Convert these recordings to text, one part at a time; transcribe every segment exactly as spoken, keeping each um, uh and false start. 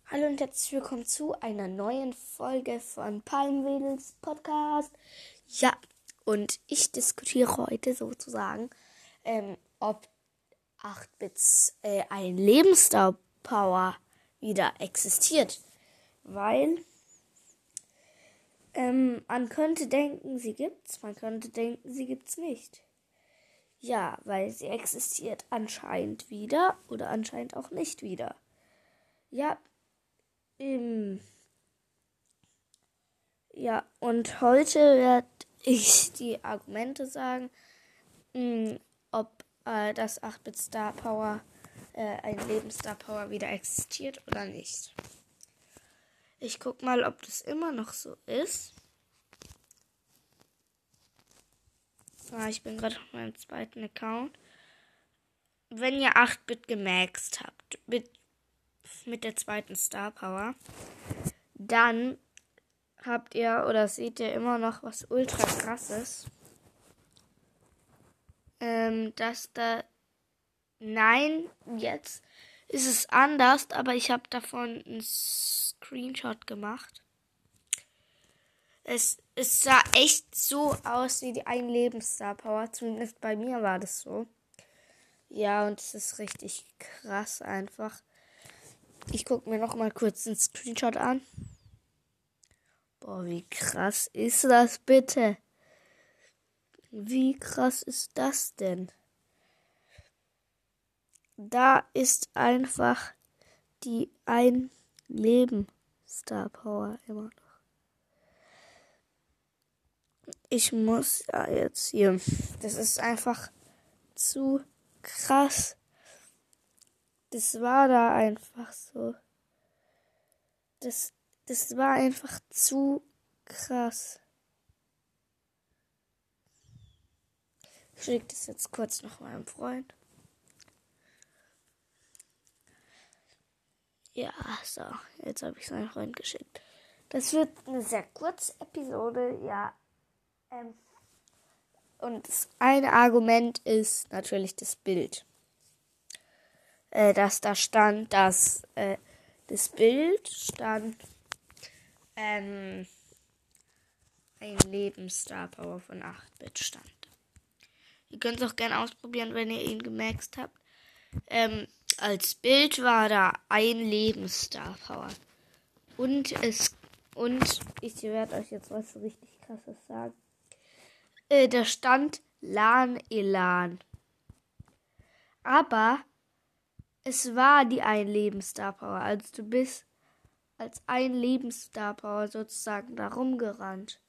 Hallo und herzlich willkommen zu einer neuen Folge von Palmwedels Podcast. Ja, und ich diskutiere heute sozusagen, ähm, ob acht Bits äh, ein Lebensdauerpower wieder existiert. Weil ähm, man könnte denken, sie gibt's, man könnte denken, sie gibt's nicht. Ja, weil sie existiert anscheinend wieder oder anscheinend auch nicht wieder. Ja, ähm, Ja, und heute werde ich die Argumente sagen, mh, ob äh, das acht Bit Star Power, äh, ein Lebensstar Power wieder existiert oder nicht. Ich guck mal, ob das immer noch so ist. Ah, ich bin gerade auf meinem zweiten Account. Wenn ihr acht Bit gemaxt habt, mit, mit der zweiten Star Power, dann habt ihr oder seht ihr immer noch was ultra krasses. Ähm, dass da. Nein, jetzt ist es anders, aber ich habe davon einen Screenshot gemacht. Es, es sah echt so aus wie die ein Lebensstar Power. Zumindest bei mir war das so. Ja, und es ist richtig krass einfach. Ich gucke mir noch mal kurz den Screenshot an. Boah, wie krass ist das bitte? Wie krass ist das denn? Da ist einfach die ein Leben Star Power immer noch. Ich muss ja jetzt hier. Das ist einfach zu krass. Das war da einfach so. Das, das war einfach zu krass. Ich schicke das jetzt kurz noch meinem Freund. Ja, so. Jetzt habe ich es meinem Freund geschickt. Das wird eine sehr kurze Episode, ja. Ähm, und das eine Argument ist natürlich das Bild. Äh, dass da stand, dass äh, das Bild stand ähm, ein Lebensstar Power von acht Bit stand. Ihr könnt es auch gerne ausprobieren, wenn ihr ihn gemaxt habt. Ähm, als Bild war da ein Lebensstar Power. Und es und ich werde euch jetzt was so richtig krasses sagen. Äh, da stand Lan Elan. Aber es war die ein Lebensstar Power. Also du bist als ein Lebensstar Power sozusagen da rumgerannt.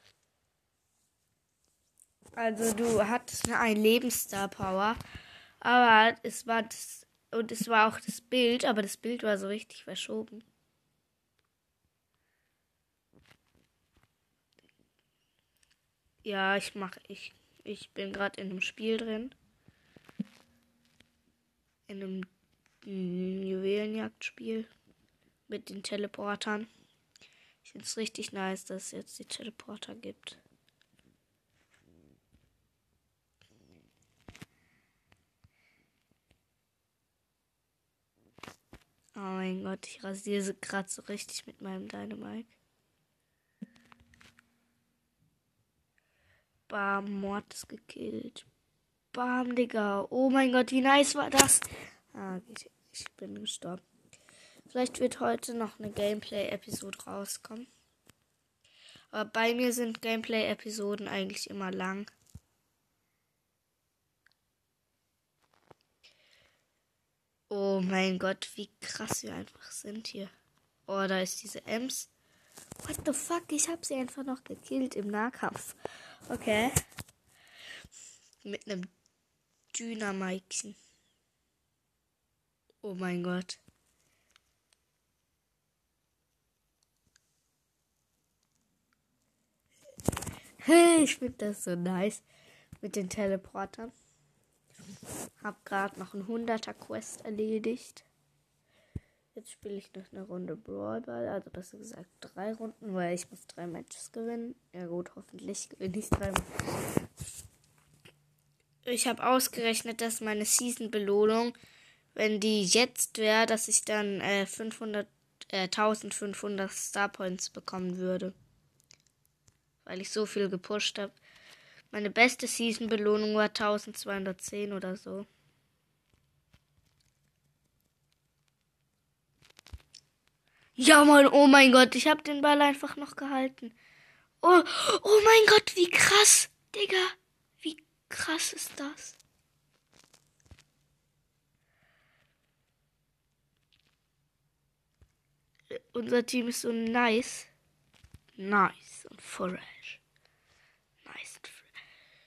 Also du hattest eine ein Lebensstar Power, aber es war das und es war auch das Bild, aber das Bild war so richtig verschoben. Ja, ich mache ich ich bin gerade in einem Spiel drin. In einem Juwelenjagdspiel mit den Teleportern. Ich finde es richtig nice, dass es jetzt die Teleporter gibt. Oh mein Gott, ich rasiere sie gerade so richtig mit meinem Dynamite. Bam, Mord ist gekillt. Bam, Digga. Oh mein Gott, wie nice war das? Ah, ich, ich bin gestorben. Vielleicht wird heute noch eine Gameplay-Episode rauskommen. Aber bei mir sind Gameplay-Episoden eigentlich immer lang. Oh mein Gott, wie krass wir einfach sind hier. Oh, da ist diese Ems. What the fuck? Ich habe sie einfach noch gekillt im Nahkampf. Okay. Mit einem Dynamiten. Oh mein Gott. Hey, ich finde das so nice mit den Teleportern. Hab gerade noch ein hunderter Quest erledigt. Jetzt spiele ich noch eine Runde Brawl Ball, also besser gesagt drei Runden, weil ich muss drei Matches gewinnen. Ja gut, hoffentlich gewinne ich drei. Ich habe ausgerechnet, dass meine Season-Belohnung, wenn die jetzt wäre, dass ich dann äh, fünfhundert äh, eintausendfünfhundert Star Points bekommen würde. Weil ich so viel gepusht habe. Meine beste Season-Belohnung war eintausendzweihundertzehn oder so. Ja, Mann, oh mein Gott, ich habe den Ball einfach noch gehalten. Oh, oh mein Gott, wie krass, Digga. Wie krass ist das? Unser Team ist so nice. Nice und fresh. Nice und fresh.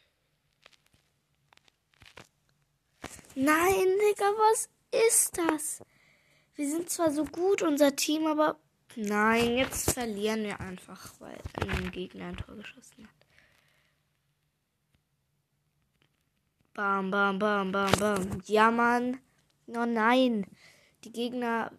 Nein, Digga, was ist das? Wir sind zwar so gut, unser Team, aber nein, jetzt verlieren wir einfach, weil ein Gegner ein Tor geschossen hat. Bam, bam, bam, bam, bam. Ja, Mann. Oh nein. Die Gegner...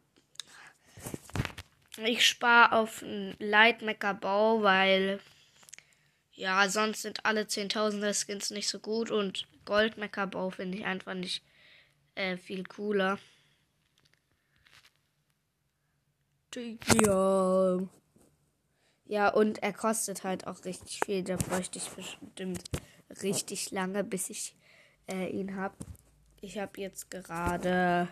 Ich spare auf einen Lightmecker-Bau, weil... Ja, sonst sind alle zehntausender-Skins nicht so gut. Und Goldmecker-Bau finde ich einfach nicht äh, viel cooler. Ja. Ja, und er kostet halt auch richtig viel. Da bräuchte ich bestimmt richtig lange, bis ich äh, ihn habe. Ich habe jetzt gerade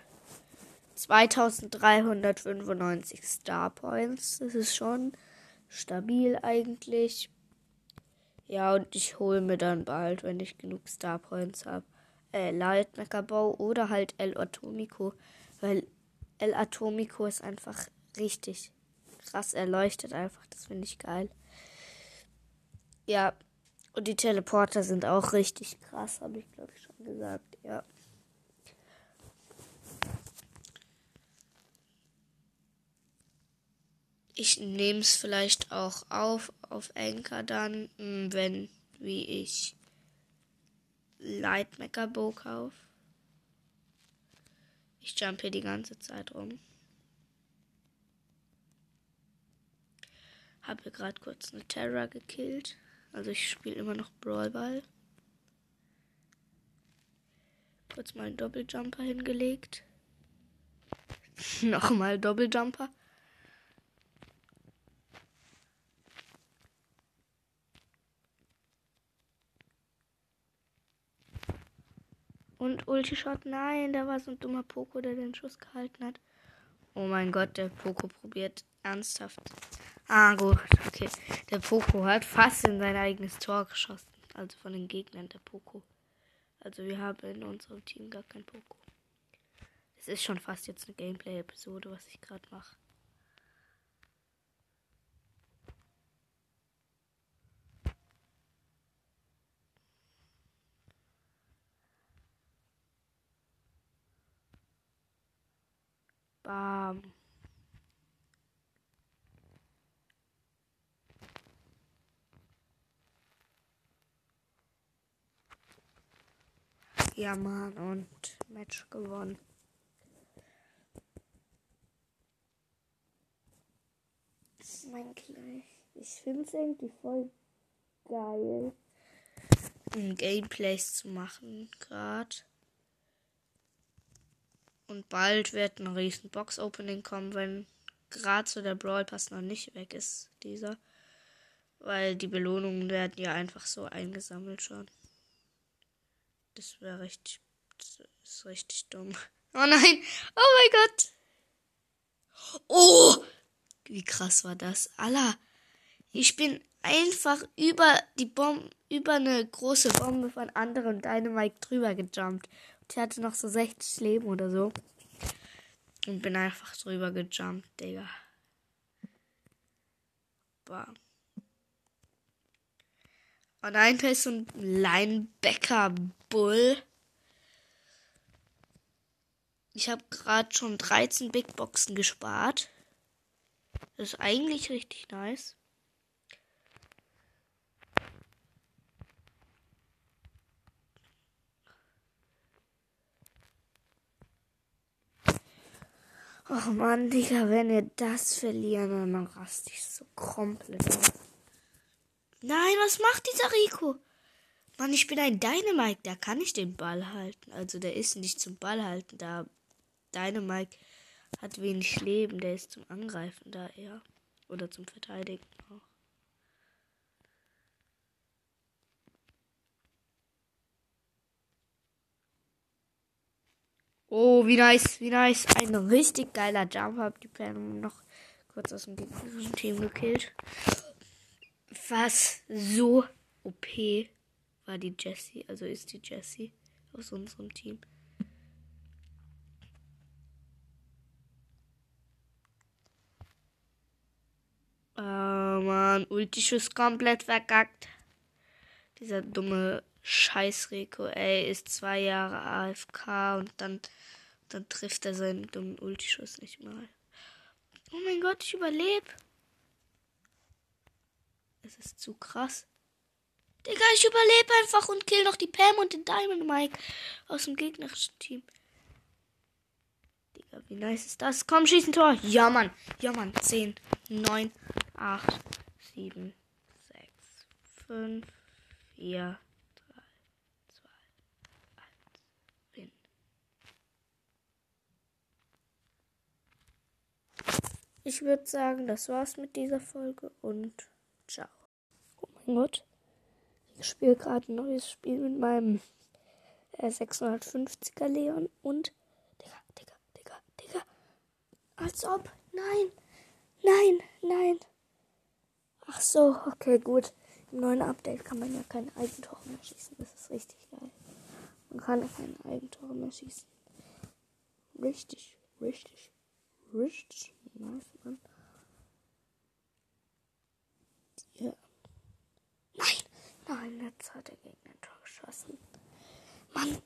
zweitausenddreihundertfünfundneunzig Star Points. Das ist schon stabil eigentlich. Ja, und ich hole mir dann bald, wenn ich genug Star Points habe, äh, Lightmecker-Bau oder halt El Atomico. Weil El Atomico ist einfach richtig krass erleuchtet einfach. Das finde ich geil. Ja, und die Teleporter sind auch richtig krass, habe ich glaube ich schon gesagt. Ja. Ich nehme es vielleicht auch auf, auf Anchor dann, wenn, wie ich Lightmecker Bow kaufe. Ich jump hier die ganze Zeit rum. Habe gerade kurz eine Terra gekillt. Also ich spiele immer noch Brawl Ball. Kurz mal einen Doppeljumper hingelegt. Nochmal Doppeljumper. Und Ulti-Shot, nein, da war so ein dummer Poco, der den Schuss gehalten hat. Oh mein Gott, der Poco probiert ernsthaft. Ah, gut, okay. Der Poco hat fast in sein eigenes Tor geschossen. Also von den Gegnern, der Poco. Also wir haben in unserem Team gar kein Poco. Es ist schon fast jetzt eine Gameplay-Episode, was ich gerade mache. Bam. Ja, Mann, und Match gewonnen. Mein Kleid. Ich finde es irgendwie voll geil, Gameplays zu machen gerade. Und bald wird ein riesen Box-Opening kommen, wenn gerade so der Brawl Pass noch nicht weg ist, dieser. Weil die Belohnungen werden ja einfach so eingesammelt schon. Das wäre richtig, das ist richtig dumm. Oh nein, oh mein Gott. Oh, wie krass war das? Allah, ich bin einfach über die Bombe, über eine große Bombe von anderen Dynamite drüber gejumpt. Ich hatte noch so sechzig Leben oder so. Und bin einfach drüber gejumpt, Digga. Bam. Und dahinter ist so ein Linebacker-Bull. Ich habe gerade schon dreizehn Big Boxen gespart. Das ist eigentlich richtig nice. Och Mann, Digga, wenn wir das verlieren, dann raste ich so komplett auf. Nein, was macht dieser Rico? Mann, ich bin ein Dynamite, da kann ich den Ball halten. Also der ist nicht zum Ball halten, da Dynamite hat wenig Leben. Der ist zum Angreifen da eher. Oder zum Verteidigen auch. Oh, wie nice, wie nice. Ein richtig geiler Jump. Hab die Pam noch kurz aus dem gegnerischen Team gekillt. Was so O P war die Jessie, also ist die Jessie aus unserem Team. Oh Mann, Ulti-Schuss komplett verkackt. Dieser dumme Scheiß Rico, ey, ist zwei Jahre A F K und dann, dann trifft er seinen dummen Ulti-Schuss nicht mal. Oh mein Gott, ich überlebe. Es ist zu krass. Digga, ich überlebe einfach und kill noch die Pam und den Diamond Mike aus dem gegnerischen Team. Digga, wie nice ist das? Komm, schieß ein Tor. Ja, Mann. Ja, Mann. zehn, neun, acht, sieben, sechs, fünf, vier, drei, zwei, eins. Win. Ich würde sagen, das war's mit dieser Folge und ciao. Oh mein Gott. Ich spiele gerade ein neues Spiel mit meinem äh, sechshundertfünfziger Leon und Digga, Digga, Digga, Digga. Als ob. Nein. Nein, nein. Ach so, okay, gut. Im neuen Update kann man ja keine Eigentore mehr schießen. Das ist richtig geil. Man kann ja keine Eigentore mehr schießen. Richtig, richtig, richtig nice, Mann. Ja. Nein, nein, jetzt hat er gegen den Tor geschossen. Mann,